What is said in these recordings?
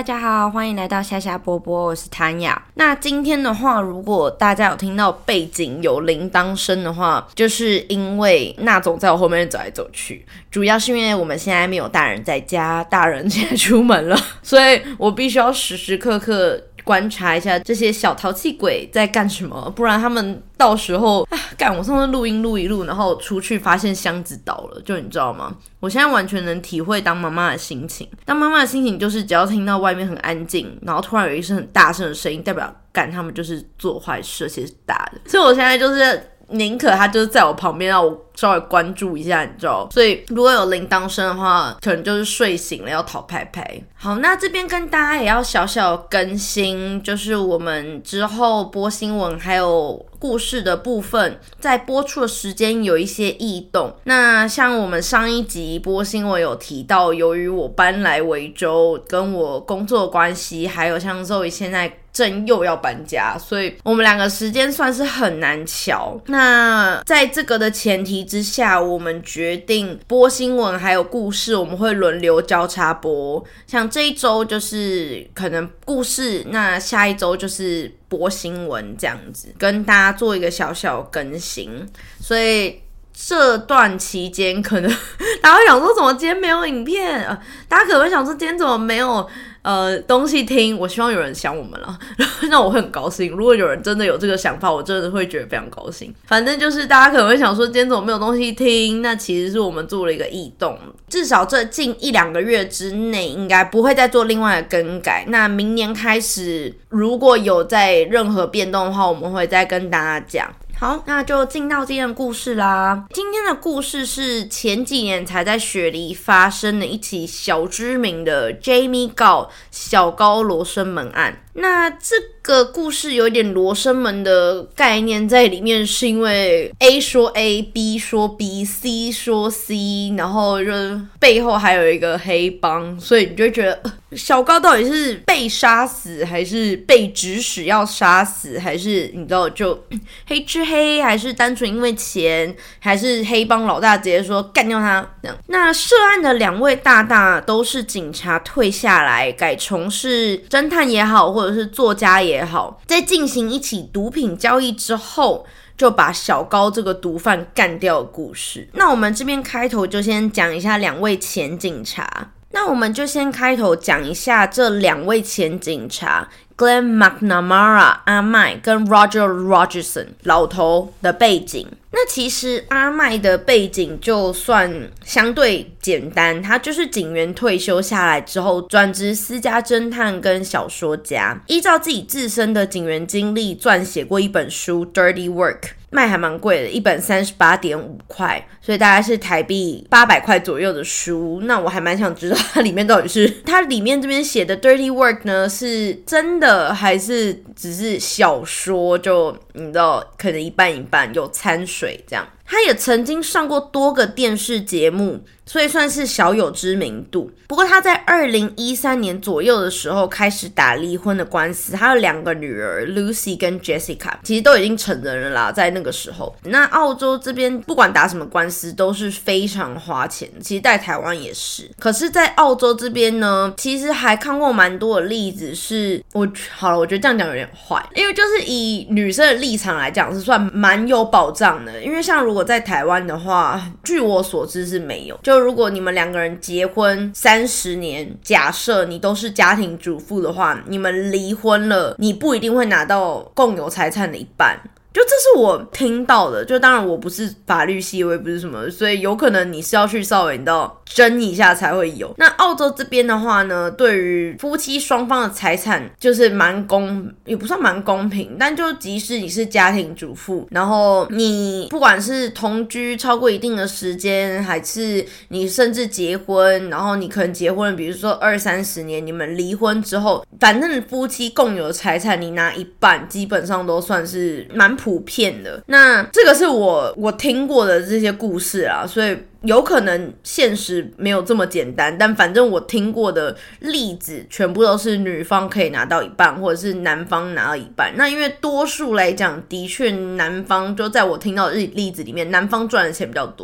大家好，欢迎来到夏夏波波，我是谭雅。那今天的话，如果大家有听到背景有铃铛声的话，就是因为那总在我后面走来走去，主要是因为我们现在没有大人在家，大人现在出门了，所以我必须要时时刻刻观察一下这些小淘气鬼在干什么，不然他们到时候干，我上次录音录一录，然后出去发现箱子倒了，就你知道吗？我现在完全能体会当妈妈的心情。当妈妈的心情就是只要听到外面很安静，然后突然有一声很大声的声音，代表干他们就是做坏事，而且是大的。所以我现在就是宁可他就是在我旁边，让我稍微关注一下，你知道。所以如果有铃铛声的话，可能就是睡醒了要讨拍拍。好，那这边跟大家也要小小更新，就是我们之后播新闻还有故事的部分，在播出的时间有一些异动。那像我们上一集播新闻有提到，由于我搬来维州，跟我工作的关系，还有像Zoe现在正又要搬家，所以我们两个时间算是很难瞧。那在这个的前提之下，我们决定播新闻还有故事，我们会轮流交叉播。像这一周就是可能故事，那下一周就是播新闻，这样子跟大家做一个小小更新。所以这段期间可能大家会想说怎么今天没有影片，大家可能会想说今天怎么没有东西听。我希望有人想我们了那我会很高兴。如果有人真的有这个想法，我真的会觉得非常高兴。反正就是大家可能会想说今天怎么没有东西听，那其实是我们做了一个异动，至少这近1-2个月之内应该不会再做另外的更改。那明年开始如果有在任何变动的话，我们会再跟大家讲。好，那就进到今天的故事啦。今天的故事是前几年才在雪梨发生的一起小知名的 Jamie Gao 小高罗生门案。那这个故事有点罗生门的概念在里面，是因为 A 说 A，B 说 B，C 说 C， 然后就背后还有一个黑帮，所以你就会觉得小高到底是被杀死，还是被指使要杀死，还是你知道就黑吃黑，还是单纯因为钱，还是黑帮老大直接说干掉他这样。那涉案的2位大大都是警察退下来改从事侦探也好，或者是作家也好，在进行一起毒品交易之后，就把小高这个毒贩干掉的故事。那我们这边开头就先讲一下2位前警察。那我们就先开头讲一下这2位前警察 Glenn McNamara 阿麦跟 Roger Rogerson 老头的背景。那其实阿麦的背景就算相对简单，他就是警员退休下来之后转职私家侦探跟小说家，依照自己自身的警员经历撰写过一本书 Dirty Work， 卖还蛮贵的，一本38.5块，所以大概是台币800块左右的书。那我还蛮想知道它里面到底是它里面这边写的 Dirty Work 呢是真的还是只是小说，就你知道可能一半一半，有掺水这样。他也曾经上过多个电视节目，所以算是小有知名度。不过他在2013年左右的时候开始打离婚的官司，他有2个女儿 Lucy 跟 Jessica， 其实都已经成人了啦，在那个时候。那澳洲这边不管打什么官司都是非常花钱的，其实在台湾也是。可是在澳洲这边呢，其实还看过蛮多的例子是，好了，我觉得这样讲有点坏，因为就是以女生的立场来讲是算蛮有保障的。因为像如果在台湾的话，据我所知是没有，就如果你们2个人结婚30年，假设你都是家庭主妇的话，你们离婚了，你不一定会拿到共有财产的一半。就这是我听到的，就当然我不是法律系，我也不是什么，所以有可能你是要去稍微你知道争一下才会有。那澳洲这边的话呢，对于夫妻双方的财产就是也不算蛮公平，但就即使你是家庭主妇，然后你不管是同居超过一定的时间，还是你甚至结婚，然后你可能结婚比如说20-30年，你们离婚之后，反正夫妻共有的财产你拿一半，基本上都算是蛮普遍的。那这个是我听过的这些故事啊，所以有可能现实没有这么简单，但反正我听过的例子全部都是女方可以拿到一半，或者是男方拿到一半。那因为多数来讲，的确男方就在我听到的例子里面，男方赚的钱比较多，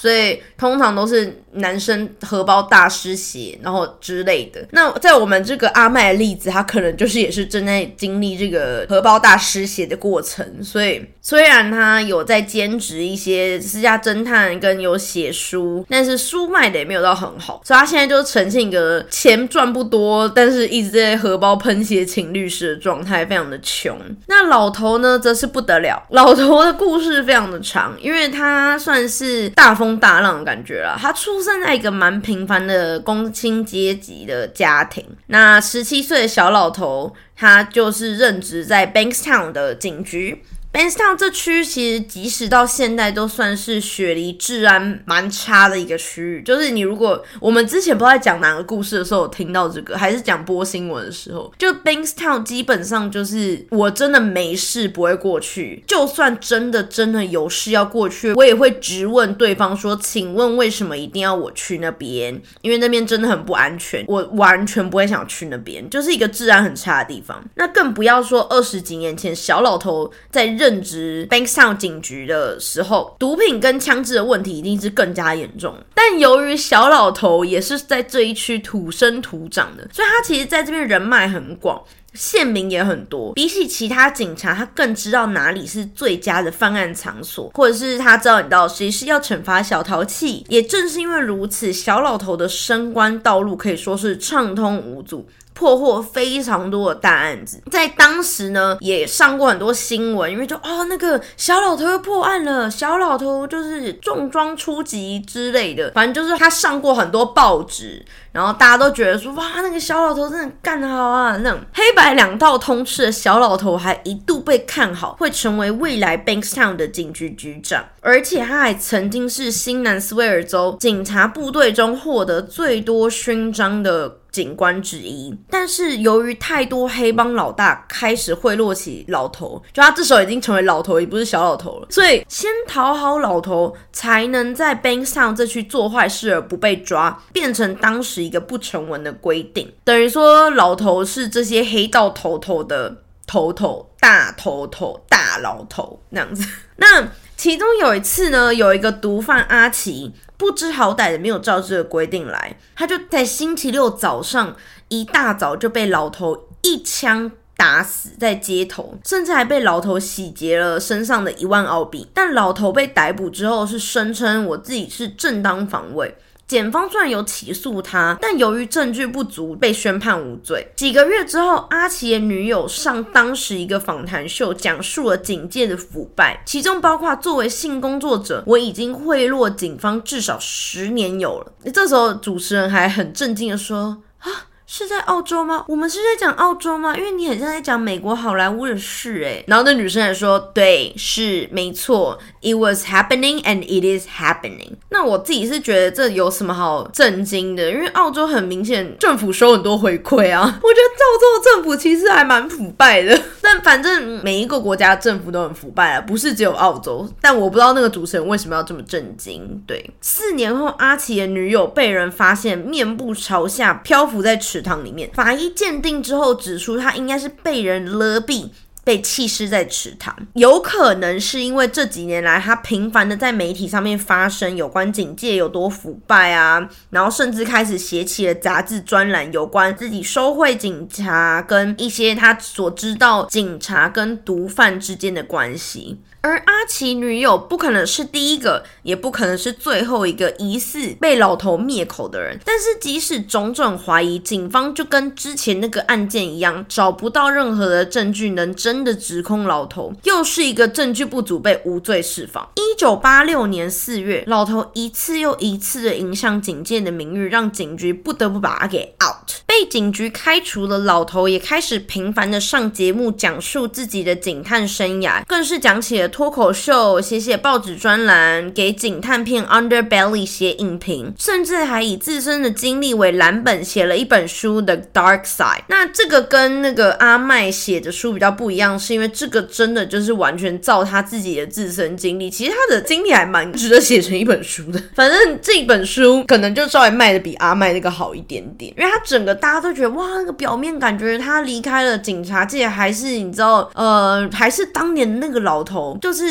所以通常都是男生荷包大失血然后之类的。那在我们这个阿麦的例子，他可能就是也是正在经历这个荷包大失血的过程，所以虽然他有在兼职一些私家侦探跟有写书，但是书卖的也没有到很好，所以他现在就呈现一个钱赚不多但是一直在荷包喷血请律师的状态，非常的穷。那老头呢则是不得了，老头的故事非常的长，因为他算是大风大浪的感觉啦。他出生在一个蛮平凡的工薪阶级的家庭，那17岁的小老头他就是任职在 Bankstown 的警局。Bankstown 这区其实即使到现在都算是雪梨治安蛮差的一个区域，就是你如果我们之前不知道在讲哪个故事的时候有听到这个，还是讲播新闻的时候，就 Bankstown 基本上就是我真的没事不会过去，就算真的有事要过去，我也会直问对方说请问为什么一定要我去那边，因为那边真的很不安全，我完全不会想去那边，就是一个治安很差的地方。那更不要说20几年前小老头在任职 Bankstown 警局的时候，毒品跟枪支的问题一定是更加严重。但由于小老头也是在这一区土生土长的，所以他其实在这边人脉很广，县民也很多，比起其他警察他更知道哪里是最佳的犯案场所，或者是他知道谁是要惩罚小淘气。也正是因为如此，小老头的升官道路可以说是畅通无阻，破获非常多的大案子。在当时呢也上过很多新闻，因为就那个小老头又破案了，小老头就是重装出击之类的，反正就是他上过很多报纸，然后大家都觉得说哇那个小老头真的干得好啊，那种黑白两道通吃的小老头还一度被看好会成为未来 Bankstown 的警局局长，而且他还曾经是新南斯威尔州警察部队中获得最多勋章的警官之一。但是由于太多黑帮老大开始贿赂起老头，就他这时候已经成为老头也不是小老头了，所以先讨好老头才能在 Bankstown 这区做坏事而不被抓，变成当时一个不成文的规定。等于说老头是这些黑道头头的大老头那样子。那其中有一次呢，有一个毒贩阿奇不知好歹的没有照这个规定来，他就在星期六早上一大早就被老头一枪打死在街头，甚至还被老头洗劫了身上的1万澳币。但老头被逮捕之后是声称我自己是正当防卫，检方虽然有起诉他，但由于证据不足被宣判无罪。几个月之后，阿奇的女友上当时一个访谈秀，讲述了警界的腐败，其中包括作为性工作者我已经贿赂警方至少10年有了。这时候主持人还很震惊的说是在澳洲吗？我们是在讲澳洲吗？因为你很像在讲美国好莱坞的事耶。然后那女生还说对，是没错， It was happening and it is happening。 那我自己是觉得这有什么好震惊的，因为澳洲很明显政府收很多回馈啊，我觉得澳洲的政府其实还蛮腐败的。但反正每一个国家政府都很腐败啊，不是只有澳洲。但我不知道那个主持人为什么要这么震惊。对，4年后阿奇的女友被人发现面部朝下漂浮在池塘里面，法医鉴定之后指出他应该是被人勒毙，被弃尸在池塘。有可能是因为这几年来他频繁的在媒体上面发声有关警界有多腐败啊，然后甚至开始写起了杂志专栏有关自己收贿警察跟一些他所知道警察跟毒贩之间的关系。而阿奇女友不可能是第一个，也不可能是最后一个疑似被老头灭口的人。但是即使种种怀疑，警方就跟之前那个案件一样，找不到任何的证据能真的指控老头，又是一个证据不足被无罪释放。1986年4月，老头一次又一次的影响警界的名誉，让警局不得不把他给 out。被警局开除的老头也开始频繁的上节目讲述自己的警探生涯，更是讲起了脱口秀，写报纸专栏，给警探片 Underbelly 写影评，甚至还以自身的经历为蓝本写了一本书 The Dark Side。 那这个跟那个阿麦写的书比较不一样，是因为这个真的就是完全照他自己的自身经历，其实他的经历还蛮值得写成一本书的。反正这本书可能就稍微卖的比阿麦那个好一点点，因为他整个大家都觉得哇，那个表面感觉他离开了警察界，还是你知道还是当年那个老头，就是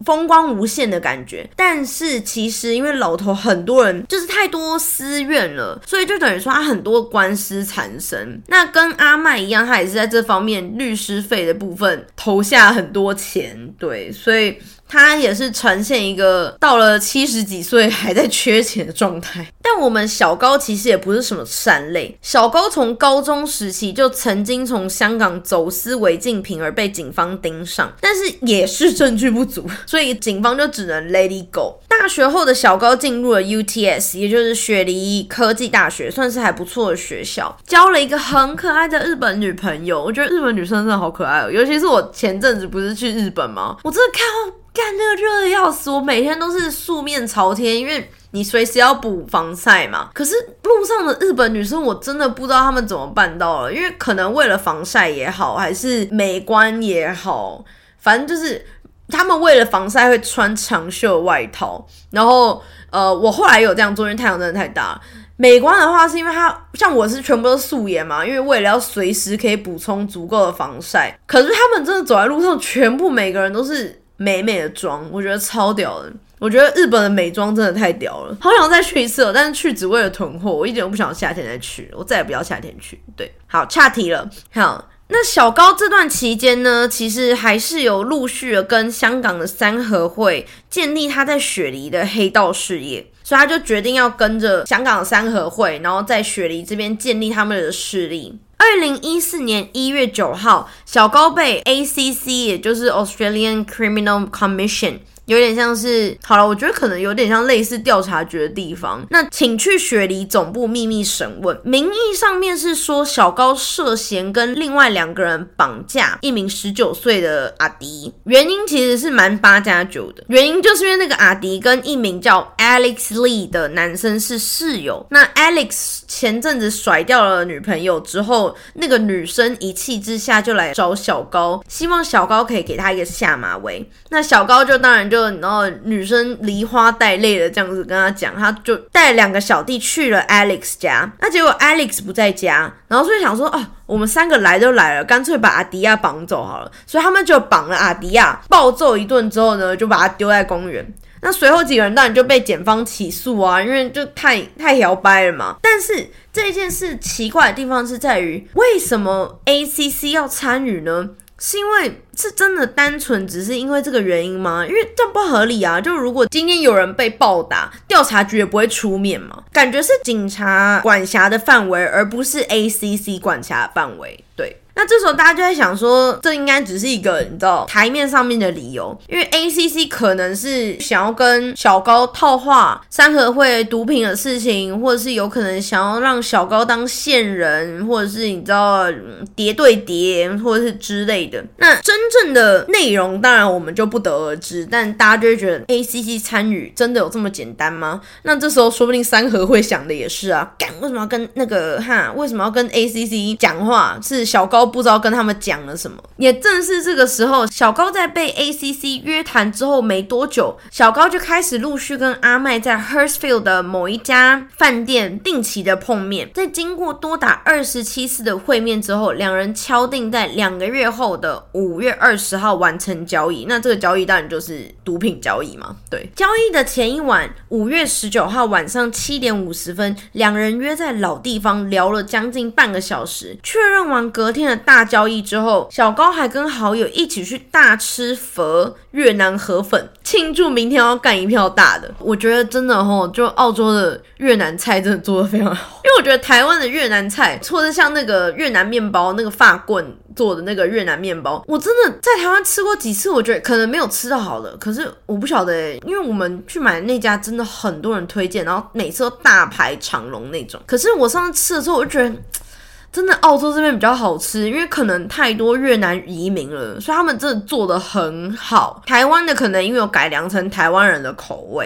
风光无限的感觉。但是其实因为老头很多人就是太多私怨了，所以就等于说他很多官司缠身。那跟阿麦一样，他也是在这方面律师费的部分投下很多钱，对，所以他也是呈现一个到了70几岁还在缺钱的状态。但我们小高其实也不是什么善类，小高从高中时期就曾经从香港走私违禁品而被警方盯上，但是也是证据不足，所以警方就只能 let it go。大学后的小高进入了 UTS， 也就是雪梨科技大学，算是还不错的学校，交了一个很可爱的日本女朋友。我觉得日本女生真的好可爱哦，尤其是我前阵子不是去日本吗？我真的看到干那个热的要死，我每天都是素面朝天，因为你随时要补防晒嘛。可是路上的日本女生我真的不知道她们怎么办到了，因为可能为了防晒也好，还是美观也好，反正就是他们为了防晒会穿长袖外套。然后我后来有这样做，因为太阳真的太大了。美观的话是因为它像我是全部都是素颜嘛，因为为了要随时可以补充足够的防晒。可是他们真的走在路上，全部每个人都是美美的妆，我觉得超屌的。我觉得日本的美妆真的太屌了，好想再去一次哦，但是去只为了囤货，我一点都不想夏天再去了，我再也不要夏天去。对，好，岔题了。好，那小高这段期间呢，其实还是有陆续的跟香港的三合会建立他在雪梨的黑道事业，所以他就决定要跟着香港的三合会，然后在雪梨这边建立他们的势力。2014年1月9号，小高被 ACC， 也就是 Australian Criminal Commission，有点像是，好了，我觉得可能有点像类似调查局的地方。那请去雪梨总部秘密审问，名义上面是说小高涉嫌跟另外2个人绑架一名19岁的阿迪，原因其实是蛮8+9的。原因就是因为那个阿迪跟一名叫 Alex Lee 的男生是室友，那 Alex 前阵子甩掉了女朋友之后，那个女生一气之下就来找小高，希望小高可以给他一个下马威。那小高就当然就然后女生梨花带泪的这样子跟他讲，他就带2个小弟去了 Alex 家。那结果 Alex 不在家，然后所以想说我们3个来都来了，干脆把阿迪亚绑走好了。所以他们就绑了阿迪亚，暴揍一顿之后呢，就把他丢在公园。那随后几个人当然就被检方起诉啊，因为就太摇掰了嘛。但是这件事奇怪的地方是在于，为什么 ACC 要参与呢？是因为是真的单纯只是因为这个原因吗？因为这不合理啊！就如果今天有人被暴打，调查局也不会出面嘛，感觉是警察管辖的范围，而不是 ACC 管辖的范围。对，那这时候大家就在想说，这应该只是一个你知道台面上面的理由，因为 ACC 可能是想要跟小高套话三合会毒品的事情，或者是有可能想要让小高当线人，或者是你知道谍对谍，或者是之类的。那真正的内容当然我们就不得而知，但大家就会觉得 ACC 参与真的有这么简单吗？那这时候说不定三合会想的也是啊，干为什么要跟那个为什么要跟 ACC 讲话？是小高不知道跟他们讲了什么。也正是这个时候，小高在被 ACC 约谈之后没多久，小高就开始陆续跟阿麦在 Hurstville 的某一家饭店定期的碰面。在经过多达27次的会面之后，两人敲定在2个月后的5月20号完成交易。那这个交易当然就是毒品交易嘛。对，交易的前一晚5月19号晚上7点50分，两人约在老地方聊了将近半个小时，确认完隔天的大交易之后，小高还跟好友一起去大吃越南河粉，庆祝明天要干一票大的。我觉得真的就澳洲的越南菜真的做得非常好，因为我觉得台湾的越南菜，或者像那个越南面包，那个法棍做的那个越南面包，我真的在台湾吃过几次，我觉得可能没有吃到好的，可是我不晓得因为我们去买的那家真的很多人推荐，然后每次都大排长龙那种。可是我上次吃的时候，我就觉得真的澳洲这边比较好吃，因为可能太多越南移民了，所以他们真的做得很好。台湾的可能因为有改良成台湾人的口味，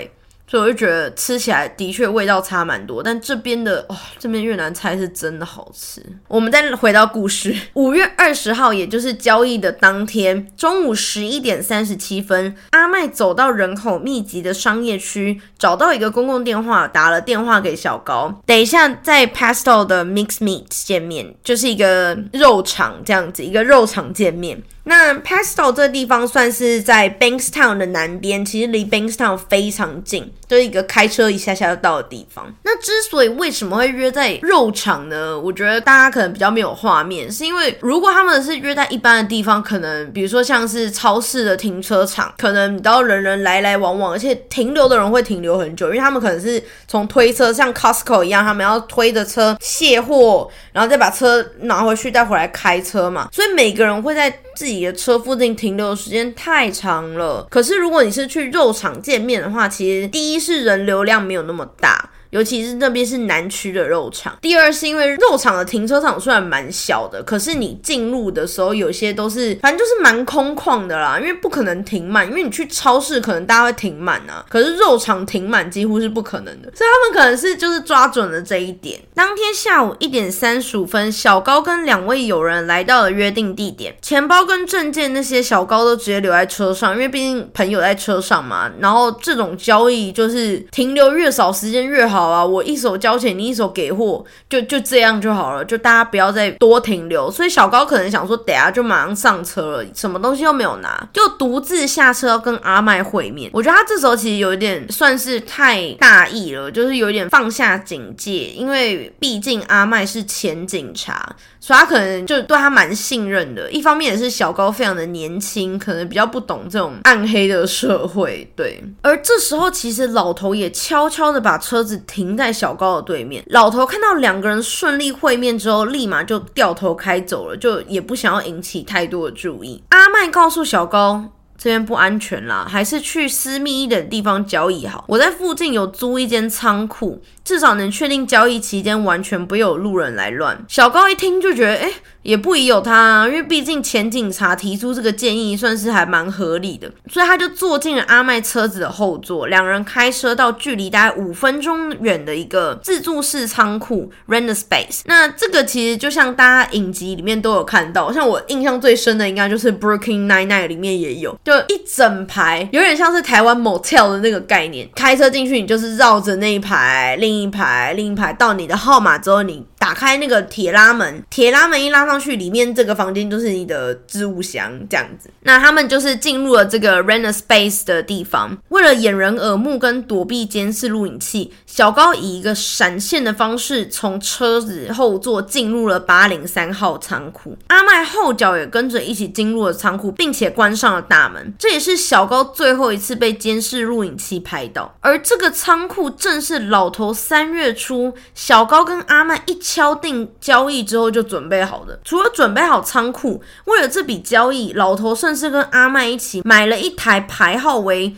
所以我就觉得吃起来的确味道差蛮多，但这边的这边越南菜是真的好吃。我们再回到故事，5月20号，也就是交易的当天中午11点37分，阿麦走到人口密集的商业区，找到一个公共电话，打了电话给小高，等一下在 Pastel 的 Mixed Meat 见面，就是一个肉场这样子，一个肉场见面。那 Pastel 这个地方算是在 Bankstown 的南边，其实离 Bankstown 非常近，就是一个开车一下下就到的地方。那之所以为什么会约在肉场呢？我觉得大家可能比较没有画面，是因为如果他们是约在一般的地方，可能比如说像是超市的停车场，可能你知道人人来来往往，而且停留的人会停留很久，因为他们可能是从推车，像 Costco 一样，他们要推着车卸货，然后再把车拿回去带回来开车嘛，所以每个人会在自己的车附近停留的时间太长了。可是如果你是去肉场见面的话，其实第一是人流量没有那么大，尤其是那边是南区的肉场。第二是因为肉场的停车场虽然蛮小的，可是你进入的时候有些都是反正就是蛮空旷的啦，因为不可能停满，因为你去超市可能大家会停满啊，可是肉场停满几乎是不可能的，所以他们可能是就是抓准了这一点。当天下午1点35分，小高跟2位友人来到了约定地点，钱包跟证件那些小高都直接留在车上，因为毕竟朋友在车上嘛，然后这种交易就是停留越少时间越好啊，我一手交钱你一手给货，就这样就好了，就大家不要再多停留。所以小高可能想说等下就马上上车了，什么东西都没有拿，就独自下车要跟阿麦会面。我觉得他这时候其实有一点算是太大意了，就是有一点放下警戒，因为毕竟阿麦是前警察，所以他可能就对他蛮信任的。一方面也是小高非常的年轻，可能比较不懂这种暗黑的社会，对。而这时候其实老头也悄悄的把车子停在小高的对面。老头看到两个人顺利会面之后，立马就掉头开走了，就也不想要引起太多的注意。阿麦告诉小高，这边不安全啦，还是去私密一点的地方交易好。我在附近有租一间仓库，至少能确定交易期间完全不会有路人来乱。小高一听就觉得也不疑有他啊，因为毕竟前警察提出这个建议算是还蛮合理的，所以他就坐进了阿麦车子的后座，两人开车到距离大概5分钟远的一个自助式仓库 Rent a Space。 那这个其实就像大家影集里面都有看到，像我印象最深的应该就是 Brooklyn Nine-Nine 里面也有，就一整排有点像是台湾 motel 的那个概念，开车进去你就是绕着那一排另一排到你的号码之后，你打开那个铁拉门一拉上去，里面这个房间就是你的置物箱这样子。那他们就是进入了这个 Rent a Space 的地方，为了掩人耳目跟躲避监视录影器，小高以一个闪现的方式从车子后座进入了803号仓库。阿麦后脚也跟着一起进入了仓库，并且关上了大门。这也是小高最后一次被监视录影器拍到。而这个仓库正是老头3月初小高跟阿麦一敲定交易之后就准备好的。除了准备好仓库，为了这笔交易，老头甚至跟阿麦一起买了一台牌号为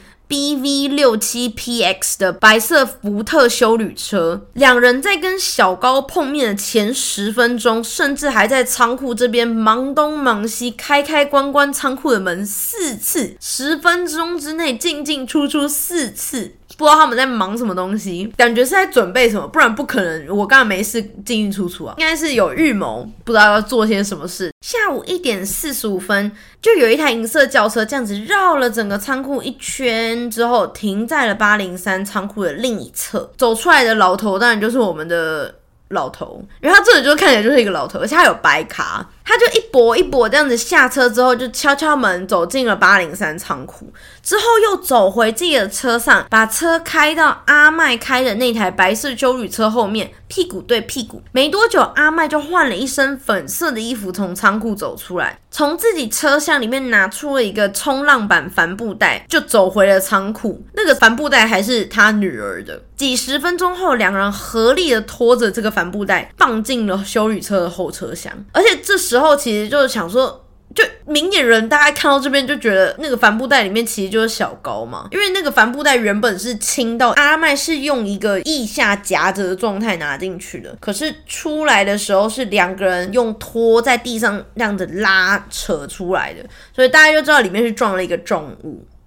BV67PX 的白色福特休旅车。两人在跟小高碰面的前10分钟，甚至还在仓库这边忙东忙西，开关仓库的门4次，10分钟之内进出4次。不知道他们在忙什么东西，感觉是在准备什么，不然不可能我刚才没事进出啊，应该是有预谋，不知道要做些什么事。下午1点45分，就有一台银色轿车这样子绕了整个仓库一圈之后，停在了803仓库的另一侧。走出来的老头当然就是我们的老头，因为他这里就看起来就是一个老头，而且他有白卡。他就一跛这样子下车之后，就敲门走进了803仓库，之后又走回自己的车上，把车开到阿麦开的那台白色休旅车后面，屁股对屁股。没多久，阿麦就换了一身粉色的衣服从仓库走出来，从自己车厢里面拿出了一个冲浪板帆布袋，就走回了仓库。那个帆布袋还是他女儿的。几十分钟后，两人合力的拖着这个帆布袋放进了休旅车的后车厢。而且这时候其实就是想说，就明眼人大概看到这边就觉得那个帆布袋里面其实就是小高嘛，因为那个帆布袋原本是轻到阿麦是用一个腋下夹着的状态拿进去的，可是出来的时候是两个人用拖在地上这样子拉扯出来的，所以大家就知道里面是装了一个重物。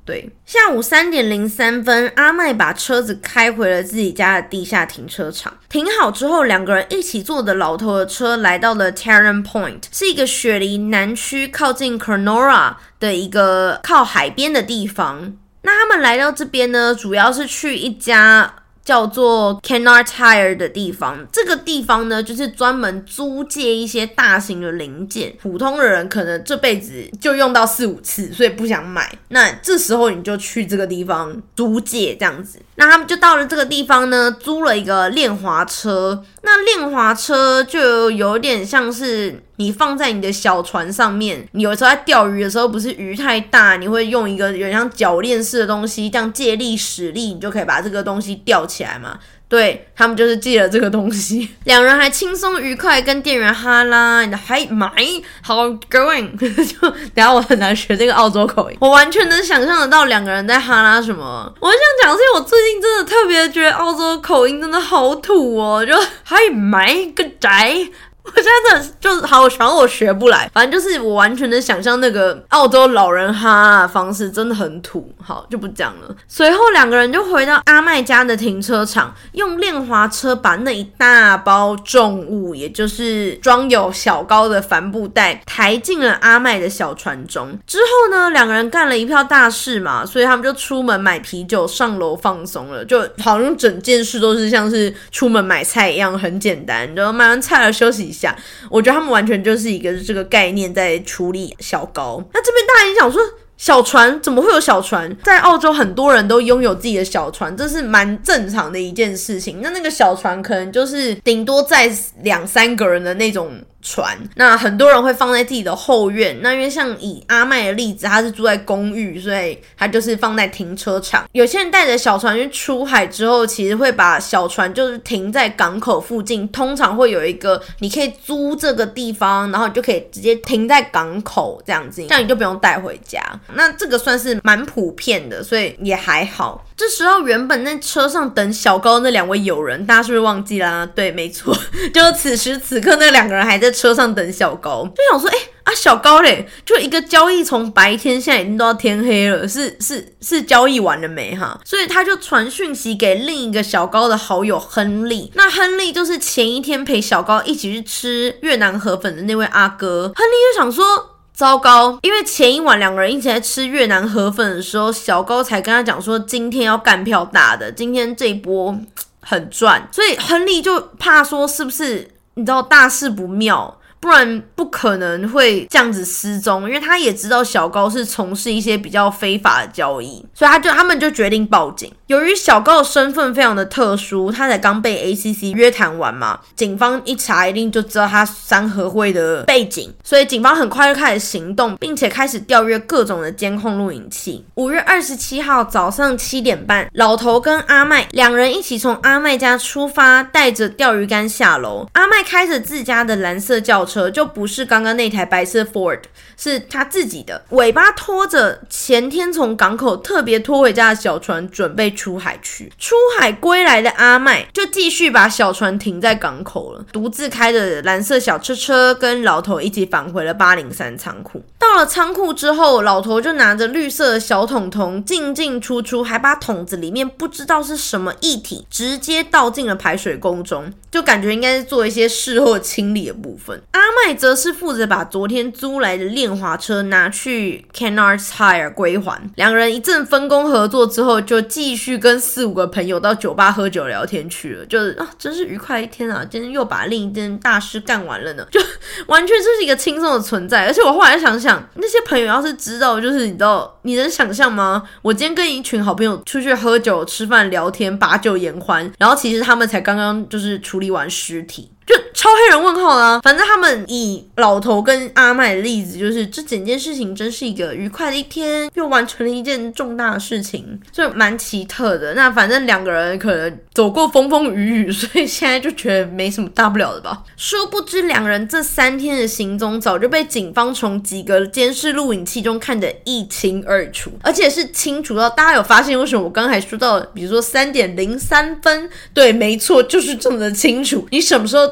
对，下午3点03分，阿麦把车子开回了自己家的地下停车场。停好之后，两个人一起坐的老头的车来到了 Terran Point， 是一个雪梨南区靠近 Cronulla 的一个靠海边的地方。那他们来到这边呢，主要是去一家叫做 Kennard Tire 的地方。这个地方呢，就是专门租借一些大型的零件，普通的人可能这辈子就用到4-5次，所以不想买。那这时候你就去这个地方租借这样子。那他们就到了这个地方呢，租了一个练滑车。那练滑车就有点像是你放在你的小船上面，你有时候在钓鱼的时候，不是鱼太大，你会用一个有点像铰链式的东西，这样借力使力，你就可以把这个东西吊起来嘛。对，他们就是借了这个东西，两人还轻松愉快跟店员哈拉，你的还买 how going 就等一下我很难学这个澳洲口音，我完全能想象得到两个人在哈拉什么。我想讲是因为我最近真的特别觉得澳洲口音真的好土哦，就还买个宅。我现在真的就是好，反正我学不来，反正就是我完全能想象那个澳洲老人哈拉的方式，真的很土。好，就不讲了。随后两个人就回到阿麦家的停车场，用练滑车把那一大包重物，也就是装有小高的帆布袋，抬进了阿麦的小船中。之后呢，两个人干了一票大事嘛，所以他们就出门买啤酒，上楼放松了，就好像整件事都是像是出门买菜一样，很简单，就买完菜了休息一下。我觉得他们完全就是一个这个概念在处理小高。那这边大家也想说，小船怎么会有小船？在澳洲很多人都拥有自己的小船，这是蛮正常的一件事情。那个小船可能就是顶多载2-3个人的那种船，那很多人会放在自己的后院。那因为像以阿麦的例子，他是住在公寓，所以他就是放在停车场。有些人带着小船去出海之后，其实会把小船就是停在港口附近，通常会有一个你可以租这个地方，然后你就可以直接停在港口这样子，这样你就不用带回家。那这个算是蛮普遍的，所以也还好。这时候原本在车上等小高那2位友人，大家是不是忘记啦？对，没错，就是此时此刻那2个人还在车上等小高，就想说小高嘞，就一个交易从白天现在已经都要天黑了，是交易完了没哈？所以他就传讯息给另一个小高的好友亨利。那亨利就是前一天陪小高一起去吃越南河粉的那位阿哥。亨利就想说，糟糕，因为前一晚2个人一起在吃越南河粉的时候，小高才跟他讲说今天要干票大的，今天这一波很赚，所以亨利就怕说是不是你知道大事不妙，不然不可能会这样子失踪，因为他也知道小高是从事一些比较非法的交易，所以他们就决定报警。由于小高的身份非常的特殊，他才刚被 ACC 约谈完嘛，警方一查一定就知道他三合会的背景，所以警方很快就开始行动，并且开始调阅各种的监控录影器。5月27号早上7点半，老头跟阿麦2人一起从阿麦家出发，带着钓鱼竿下楼。阿麦开着自家的蓝色轿车，就不是刚刚那台白色 Ford， 是他自己的，尾巴拖着前天从港口特别拖回家的小船，准备出海去。出海归来的阿麦就继续把小船停在港口了，独自开着蓝色小车跟老头一起返回了803仓库。到了仓库之后，老头就拿着绿色的小桶桶进进出出，还把桶子里面不知道是什么液体直接倒进了排水沟中，就感觉应该是做一些事后清理的部分。阿麦则是负责把昨天租来的练滑车拿去 Kennard Tire 归还。2个人一阵分工合作之后，就继续跟4-5个朋友到酒吧喝酒聊天去了。就是真是愉快一天啊！今天又把另一件大事干完了呢，就完全就是一个轻松的存在。而且我后来想想，那些朋友要是知道，就是你知道，你能想象吗？我今天跟一群好朋友出去喝酒、吃饭、聊天、把酒言欢，然后其实他们才刚刚就是处理完尸体。就超黑人问号啦。反正他们以老头跟阿麦的例子，就是这整件事情真是一个愉快的一天，又完成了一件重大的事情，所以蛮奇特的。那反正2个人可能走过风风雨雨，所以现在就觉得没什么大不了的吧。殊不知2人这3天的行踪早就被警方从几个监视录影器中看得一清二楚，而且是清楚到大家有发现为什么我刚才说到比如说3点03分，对，没错，就是这么的清楚。你什么时候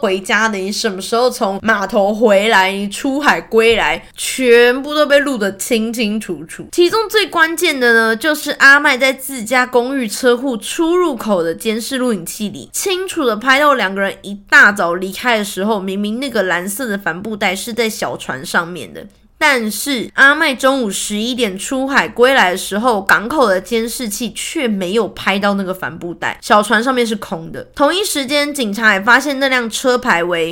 回家的，你什么时候从码头回来，你出海归来，全部都被录得清清楚楚。其中最关键的呢，就是阿麦在自家公寓车库出入口的监视录影器里，清楚的拍到两个人一大早离开的时候，明明那个蓝色的帆布袋是在小船上面的，但是阿麦中午11点出海归来的时候，港口的监视器却没有拍到那个帆布袋，小船上面是空的。同一时间，警察也发现那辆车牌为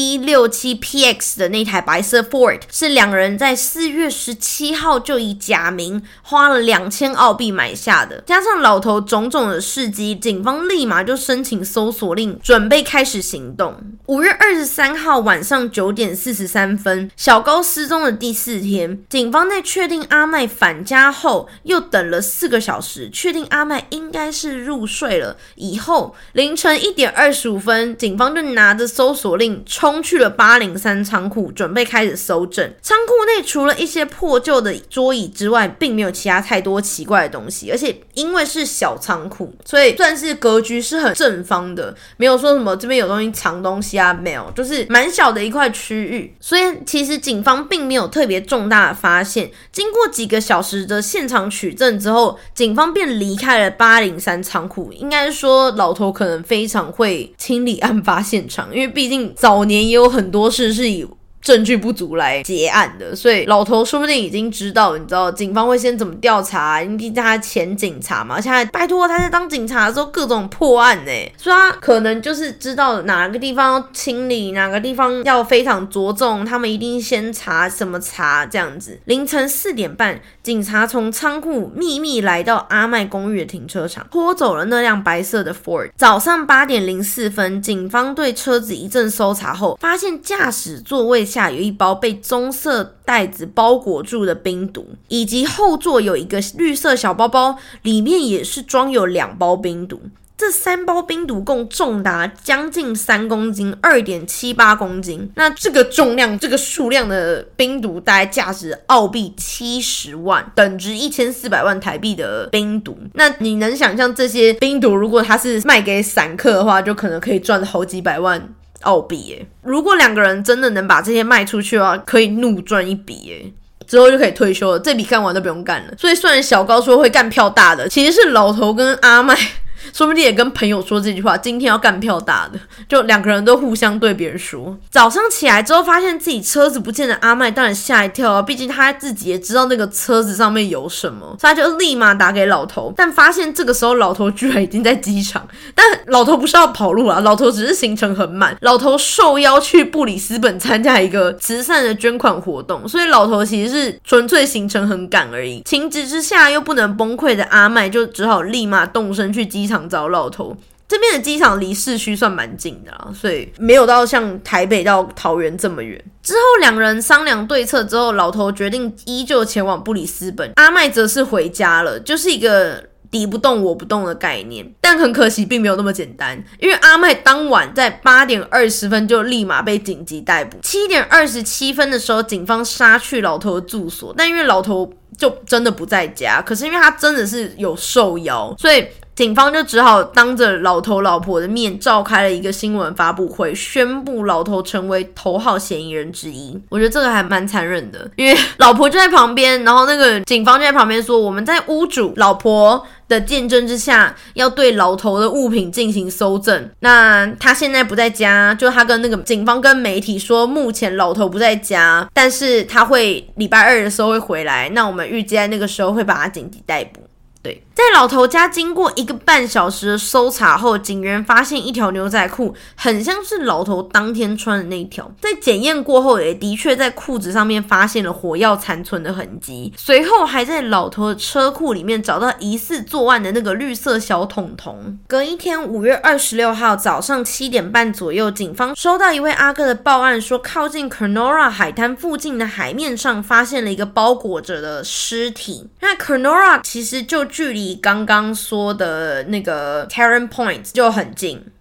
BV67PX 的那台白色 Ford 是两人在4月17号就以假名花了2000澳币买下的。加上老头种种的事迹，警方立马就申请搜索令，准备开始行动。5月23号晚上9点43分，小高失踪的第4天，警方在确定阿麦返家后，又等了4个小时，确定阿麦应该是入睡了以后，凌晨1点25分，警方就拿着搜索令冲去了803仓库，准备开始搜证。仓库内除了一些破旧的桌椅之外，并没有其他太多奇怪的东西，而且因为是小仓库，所以算是格局是很正方的，没有说什么这边有东西藏东西啊，没有，就是蛮小的一块区域，所以其实警方并没有特别重大的发现。经过几个小时的现场取证之后，警方便离开了803仓库。应该说老头可能非常会清理案发现场，因为毕竟早年也有很多事是以证据不足来结案的，所以老头说不定已经知道，你知道警方会先怎么调查，因为他前警察嘛，而且拜托他在当警察的时候各种破案所以他可能就是知道哪个地方要清理，哪个地方要非常着重，他们一定先查什么查这样子。凌晨4点半，警察从仓库秘密来到阿麦公寓的停车场，拖走了那辆白色的 Ford。早上8点04分，警方对车子一阵搜查后，发现驾驶座位下有一包被棕色袋子包裹住的冰毒，以及后座有一个绿色小包包，里面也是装有2包冰毒。这3包冰毒共重达将近3公斤 2.78 公斤。那这个重量这个数量的冰毒大概价值澳币70万，等值1400万台币的冰毒。那你能想象这些冰毒如果它是卖给散客的话，就可能可以赚好几百万澳币耶。如果2个人真的能把这些卖出去的话，可以怒赚一笔耶，之后就可以退休了，这笔干完都不用干了。所以虽然小高说会干票大的，其实是老头跟阿麦说不定也跟朋友说这句话，今天要干票大的，就2个人都互相对别人说。早上起来之后发现自己车子不见的阿麦当然吓一跳啊，毕竟他自己也知道那个车子上面有什么，所以他就立马打给老头，但发现这个时候老头居然已经在机场。但老头不是要跑路啊，老头只是行程很满，老头受邀去布里斯本参加一个慈善的捐款活动，所以老头其实是纯粹行程很赶而已。情急之下又不能崩溃的阿麦就只好立马动身去机场找老头。这边的机场离市区算蛮近的啦，所以没有到像台北到桃园这么远。之后2人商量对策之后，老头决定依旧前往布里斯本，阿麦则是回家了，就是一个敌不动我不动的概念。但很可惜并没有那么简单，因为阿麦当晚在8点20分就立马被紧急逮捕。7点27分的时候，警方杀去老头的住所，但因为老头就真的不在家，可是因为他真的是有受邀，所以警方就只好当着老头老婆的面召开了一个新闻发布会，宣布老头成为头号嫌疑人之一。我觉得这个还蛮残忍的，因为老婆就在旁边，然后那个警方就在旁边说，我们在屋主老婆的见证之下，要对老头的物品进行搜证。那他现在不在家，就他跟那个警方跟媒体说，目前老头不在家，但是他会礼拜2的时候会回来，那我们预计在那个时候会把他紧急逮捕。对，在老头家经过1个半小时的搜查后，警员发现一条牛仔裤很像是老头当天穿的那一条，在检验过后也的确在裤子上面发现了火药残存的痕迹，随后还在老头的车库里面找到疑似作案的那个绿色小桶桶。隔一天5月26号早上7点半左右，警方收到一位阿哥的报案，说靠近 Kenora 海滩附近的海面上发现了一个包裹着的尸体。那 Kenora 其实就距离刚刚说的那个 Karen Point 就很近，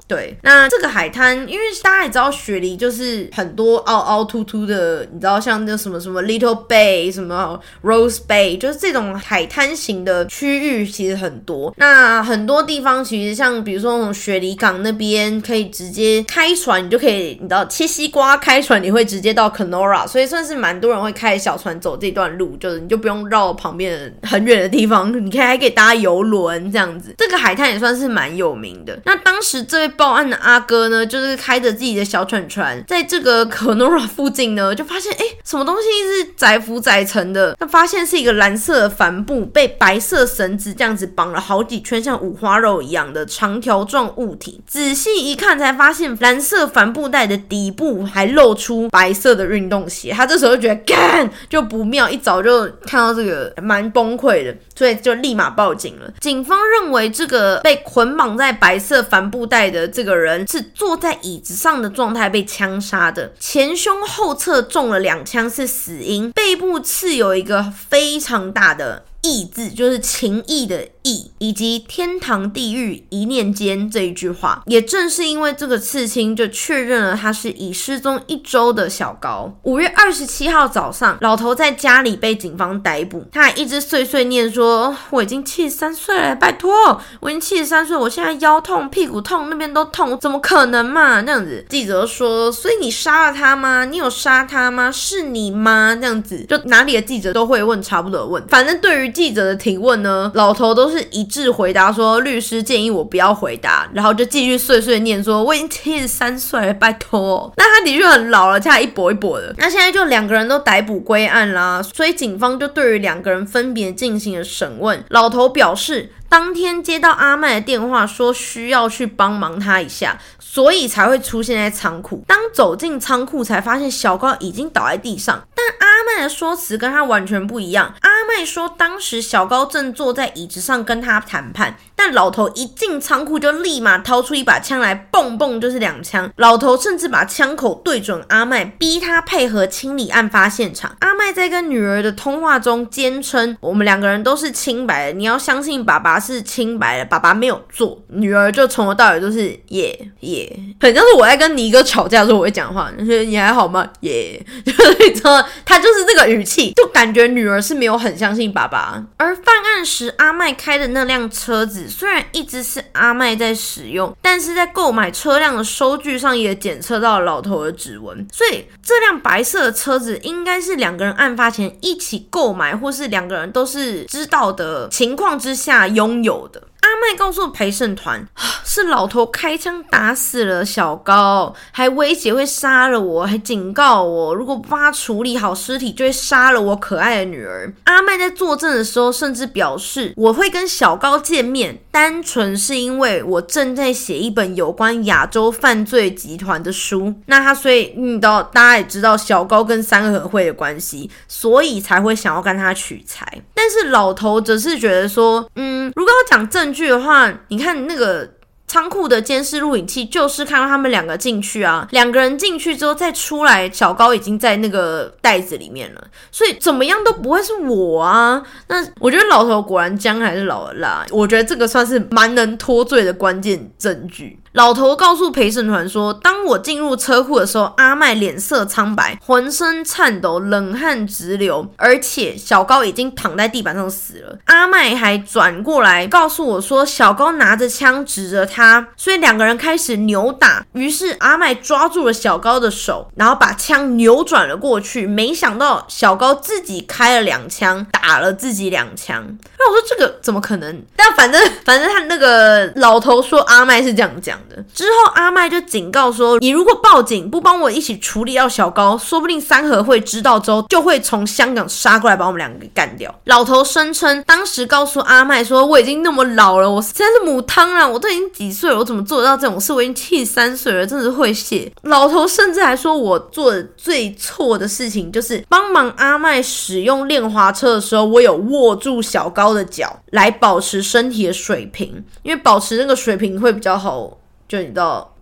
对，那这个海滩，因为大家也知道雪梨就是很多凹凹凸凸的，你知道像那什么什么 Little Bay 什么 Rose Bay， 就是这种海滩型的区域其实很多。那很多地方其实像比如说那种雪梨港那边可以直接开船，你就可以你知道切西瓜开船你会直接到 Kenora， 所以算是蛮多人会开小船走这段路，就是你就不用绕旁边很远的地方，你还可以搭邮轮这样子。这个海滩也算是蛮有名的。那当时这位报案的阿哥呢，就是开着自己的小船在这个 Kenora 附近呢，就发现什么东西是载浮载沉的，那发现是一个蓝色的帆布被白色绳子这样子绑了好几圈，像五花肉一样的长条状物体。仔细一看才发现蓝色帆布袋的底部还露出白色的运动鞋。他这时候就觉得干就不妙，一早就看到这个蛮崩溃的，所以就立马报警了。警方认为这个被捆绑在白色帆布袋的这个人是坐在椅子上的状态被枪杀的，前胸后侧中了2枪是死因，背部刺有一个非常大的义字，就是情义的义，以及天堂地狱一念间这一句话。也正是因为这个刺青，就确认了他是已失踪1周的小高。5月27号早上，老头在家里被警方逮捕，他还一直碎碎念说我已经73岁了，拜托，我已经73岁，我现在腰痛屁股痛那边都痛，怎么可能嘛，这样子。记者说所以你杀了他吗？你有杀他吗？是你吗？这样子，就哪里的记者都会问差不多的问。反正对于记者的提问呢，老头都是一致回答说律师建议我不要回答，然后就继续碎碎念说我已经73岁了，拜托。那他的确很老了，他一跛一跛的。那现在就2个人都逮捕归案啦，所以警方就对于2个人分别进行了审问。老头表示当天接到阿麦的电话说需要去帮忙他一下，所以才会出现在仓库。当走进仓库才发现小高已经倒在地上，但阿麦的说辞跟他完全不一样。阿麦说当时小高正坐在椅子上跟他谈判，但老头一进仓库就立马掏出一把枪来，蹦蹦就是2枪。老头甚至把枪口对准阿麦，逼他配合清理案发现场。阿麦在跟女儿的通话中坚称我们2个人都是清白的，你要相信爸爸是清白的，爸爸没有做。女儿就从头到尾都是很像是我在跟尼哥吵架的时候我会讲话，就是你还好吗？就是你知道他就是这个语气，就感觉女儿是没有很相信爸爸。而犯案时阿麦开的那辆车子虽然一直是阿麦在使用，但是在购买车辆的收据上也检测到了老头的指纹，所以这辆白色的车子应该是2个人案发前一起购买，或是2个人都是知道的情况之下拥有的。阿麦告诉陪审团，是老头开枪打死了小高，还威胁会杀了我，还警告我如果不帮他处理好尸体就会杀了我可爱的女儿。阿麦在作证的时候甚至表示我会跟小高见面单纯是因为我正在写一本有关亚洲犯罪集团的书。那他所以大家也知道小高跟三合会的关系，所以才会想要跟他取材。但是老头则是觉得说如果要讲证据的话，你看那个仓库的监视录影器就是看到他们2个进去啊，2个人进去之后再出来，小高已经在那个袋子里面了，所以怎么样都不会是我啊。那我觉得老头果然姜还是老了辣，我觉得这个算是蛮能脱罪的关键证据。老头告诉陪审团说，当我进入车库的时候，阿麦脸色苍白，浑身颤抖，冷汗直流，而且小高已经躺在地板上死了。阿麦还转过来告诉我说，小高拿着枪指着他，所以2个人开始扭打。于是阿麦抓住了小高的手，然后把枪扭转了过去，没想到小高自己开了2枪，打了自己2枪。那我说这个怎么可能？但反正他那个老头说阿麦是这样讲的。之后阿麦就警告说，你如果报警不帮我一起处理掉小高，说不定三合会知道之后就会从香港杀过来把我们2个给干掉。老头声称当时告诉阿麦说，我已经那么老了，我现在是母汤了，我都已经几岁了，我怎么做得到这种事？我已经73岁了，真的是会谢。老头甚至还说，我做的最错的事情就是帮忙阿麦使用练滑车的时候，我有握住小高的脚来保持身体的水平，因为保持那个水平会比较好，就你知道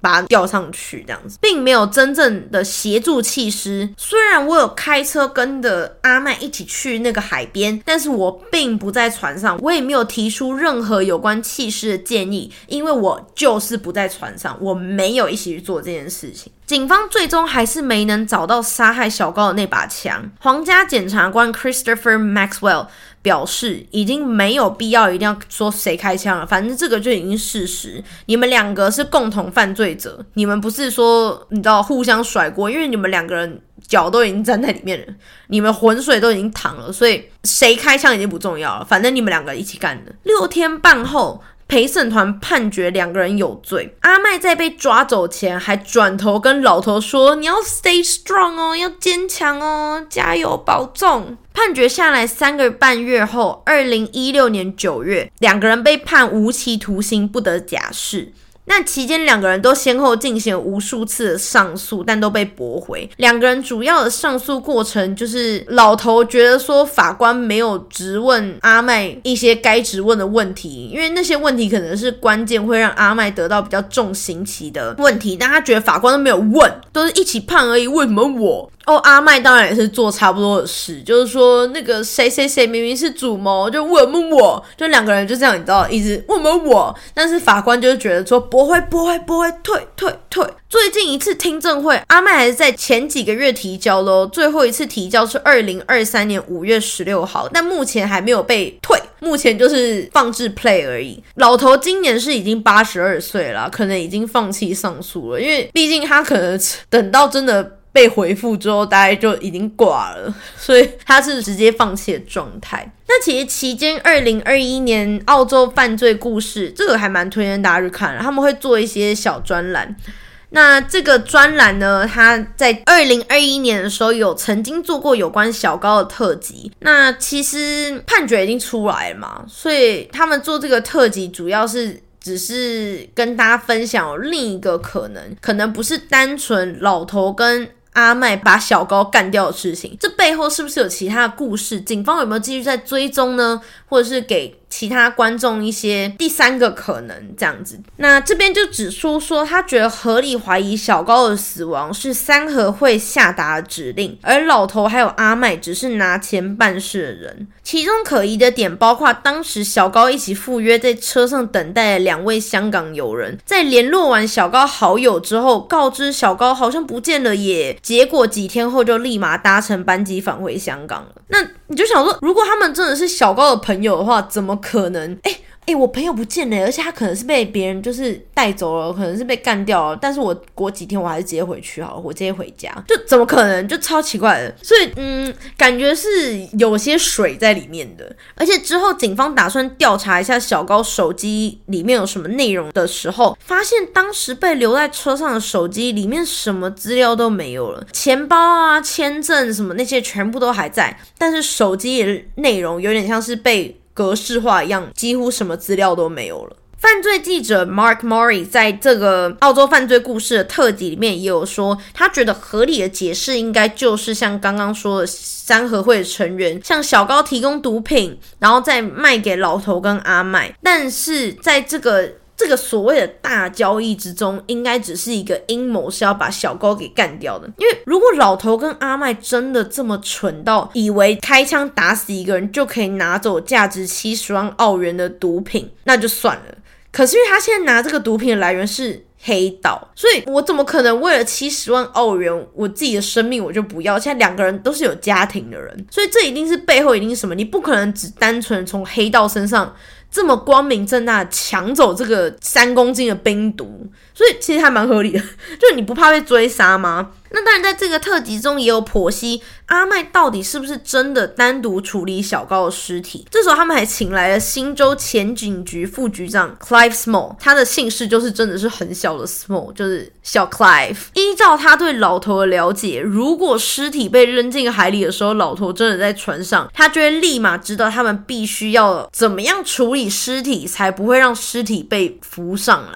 把它吊上去这样子，并没有真正的协助弃尸。虽然我有开车跟着阿麦一起去那个海边，但是我并不在船上，我也没有提出任何有关弃尸的建议，因为我就是不在船上，我没有一起去做这件事情。警方最终还是没能找到杀害小高的那把枪。皇家检察官 Christopher Maxwell 表示，已经没有必要一定要说谁开枪了，反正这个就已经事实。你们两个是共同犯罪者，你们不是说你知道互相甩锅，因为你们两个人脚都已经站在里面了，你们浑水都已经淌了，所以谁开枪已经不重要了，反正你们两个一起干的。6天半后，陪审团判决两个人有罪。阿麦在被抓走前还转头跟老头说，你要 stay strong 哦，要坚强哦，加油保重。判决下来3个半月后，2016年9月，两个人被判无期徒刑，不得假释。那期间两个人都先后进行了无数次的上诉，但都被驳回。两个人主要的上诉过程就是老头觉得说法官没有质问阿麦一些该质问的问题，因为那些问题可能是关键会让阿麦得到比较重刑期的问题，但他觉得法官都没有问，都是一起判而已，为什么我？阿麦当然也是做差不多的事，就是说那个谁谁谁明明是主谋，就为什么我？就两个人就这样，你知道，一直为什么我？但是法官就是觉得说驳回，退。最近一次听证会，阿麦还是在前几个月提交咯，最后一次提交是2023年5月16号，但目前还没有被退，目前就是放置 play 而已。老头今年是已经82岁了，可能已经放弃上诉了，因为毕竟他可能等到真的被回复之后大概就已经挂了，所以他是直接放弃的状态。那其实期间2021年澳洲犯罪故事，这个还蛮推荐大家去看的，他们会做一些小专栏。那这个专栏呢，他在2021年的时候有曾经做过有关小高的特辑。那其实判决已经出来了嘛，所以他们做这个特辑主要是只是跟大家分享另一个可能不是单纯老头跟阿麦把小高干掉的事情，这背后是不是有其他的故事？警方有没有继续在追踪呢？或者是给其他观众一些第三个可能这样子？那这边就指出说，他觉得合理怀疑小高的死亡是三合会下达的指令，而老头还有阿麦只是拿钱办事的人。其中可疑的点包括当时小高一起赴约在车上等待的2位香港友人，在联络完小高好友之后，告知小高好像不见了耶，结果几天后就立马搭乘班机返回香港了。那你就想说，如果他们真的是小高的朋友的话，怎么可能我朋友不见了，而且他可能是被别人就是带走了，可能是被干掉了，但是我过几天我还是直接回去好了，我直接回家，就怎么可能？就超奇怪的。所以感觉是有些水在里面的。而且之后警方打算调查一下小高手机里面有什么内容的时候，发现当时被留在车上的手机里面什么资料都没有了，钱包啊、签证什么那些全部都还在，但是手机的内容有点像是被格式化一样，几乎什么资料都没有了。犯罪记者 Mark Murray 在这个澳洲犯罪故事的特辑里面也有说，他觉得合理的解释应该就是像刚刚说的三合会的成员向小高提供毒品，然后再卖给老头跟阿麦，但是在这个所谓的大交易之中，应该只是一个阴谋，是要把小高给干掉的。因为如果老头跟阿麦真的这么蠢到以为开枪打死一个人就可以拿走价值70万澳元的毒品，那就算了。可是因为他现在拿这个毒品的来源是黑道，所以我怎么可能为了70万澳元我自己的生命我就不要？现在两个人都是有家庭的人，所以这一定是背后一定是什么？你不可能只单纯从黑道身上这么光明正大的抢走这个3公斤的冰毒，所以其实还蛮合理的。就你不怕被追杀吗？那当然在这个特辑中也有剖析阿麦到底是不是真的单独处理小高的尸体。这时候他们还请来了新州前警局副局长 Clive Small， 他的姓氏就是真的是很小的 Small， 就是小 Clive。依照他对老头的了解，如果尸体被扔进海里的时候老头真的在船上，他就会立马知道他们必须要怎么样处理尸体才不会让尸体被浮上来。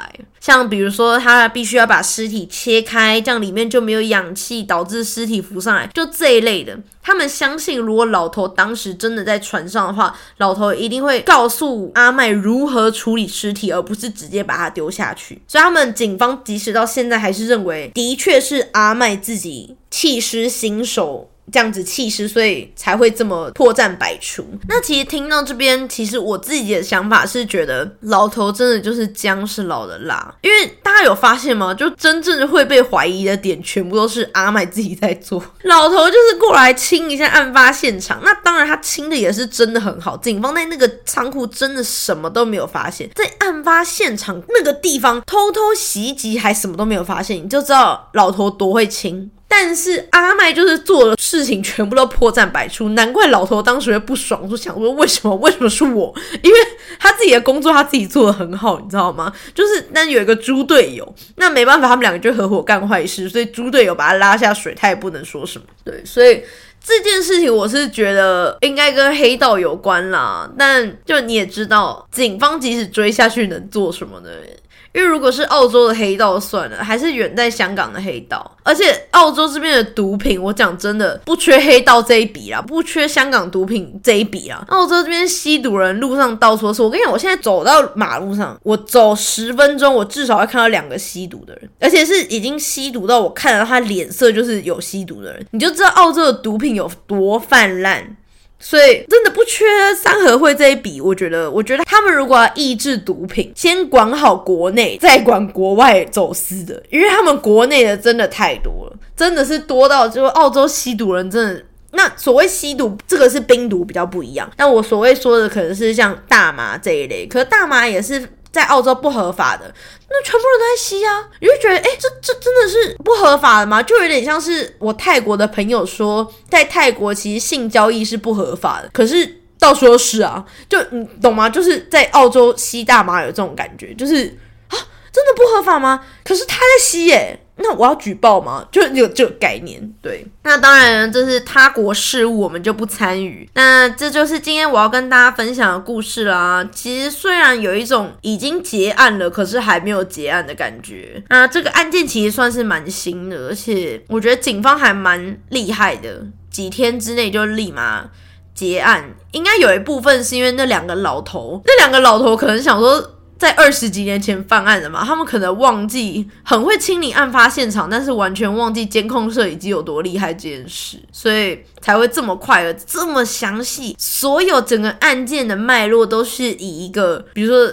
像比如说他必须要把尸体切开，这样里面就没有氧气，导致尸体浮上来，就这一类的。他们相信如果老头当时真的在船上的话，老头一定会告诉阿麦如何处理尸体，而不是直接把它丢下去。所以他们警方即使到现在还是认为的确是阿麦自己弃尸新手这样子弃尸，所以才会这么破绽百出。那其实听到这边，其实我自己的想法是觉得老头真的就是姜是老的辣，因为大家有发现吗？就真正会被怀疑的点全部都是阿麦自己在做，老头就是过来清一下案发现场。那当然他清的也是真的很好，警方在那个仓库真的什么都没有发现，在案发现场那个地方偷偷袭击还什么都没有发现，你就知道老头多会清。但是阿麦就是做的事情全部都破绽百出，难怪老头当时会不爽，就想说为什么是我？因为他自己的工作他自己做的很好，你知道吗？就是但有一个猪队友，那没办法，他们两个就合伙干坏事，所以猪队友把他拉下水，他也不能说什么。对，所以这件事情我是觉得应该跟黑道有关啦，但就你也知道，警方即使追下去能做什么呢？因为如果是澳洲的黑道算了，还是远在香港的黑道，而且澳洲这边的毒品，我讲真的不缺黑道这一笔啦，不缺香港毒品这一笔啦。澳洲这边吸毒人路上到处都是，我跟你讲，我现在走到马路上，我走10分钟，我至少会看到2个吸毒的人，而且是已经吸毒到我看得到他脸色就是有吸毒的人，你就知道澳洲的毒品有多泛滥。所以真的不缺三合会这一笔，我觉得他们如果要抑制毒品，先管好国内，再管国外走私的，因为他们国内的真的太多了，真的是多到就澳洲吸毒人真的。那所谓吸毒，这个是冰毒比较不一样，但我所谓说的可能是像大麻这一类，可是大麻也是在澳洲不合法的，那全部人都在吸啊，你就觉得这真的是不合法的吗？就有点像是我泰国的朋友说，在泰国其实性交易是不合法的，可是到处都是啊，就你懂吗？就是在澳洲吸大麻有这种感觉，就是啊，真的不合法吗？可是他在吸耶。那我要举报吗？就有这个概念。对，那当然这是他国事务，我们就不参与。那这就是今天我要跟大家分享的故事啦。其实虽然有一种已经结案了，可是还没有结案的感觉。那这个案件其实算是蛮新的，而且我觉得警方还蛮厉害的，几天之内就立马结案。应该有一部分是因为那两个老头可能想说在20几年前犯案的嘛，他们可能忘记很会清理案发现场，但是完全忘记监控摄影机有多厉害这件事，所以才会这么快的这么详细，所有整个案件的脉络都是以一个比如说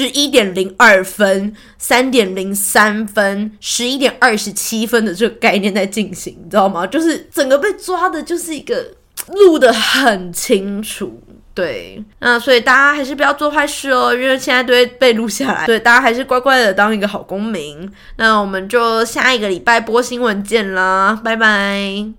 11:02分、3:03分、11:27分的这个概念在进行，你知道吗？就是整个被抓的就是一个录得很清楚。对，那所以大家还是不要做坏事哦，因为现在都会被录下来。对，大家还是乖乖的当一个好公民。那我们就下一个礼拜播新闻见啦，拜拜。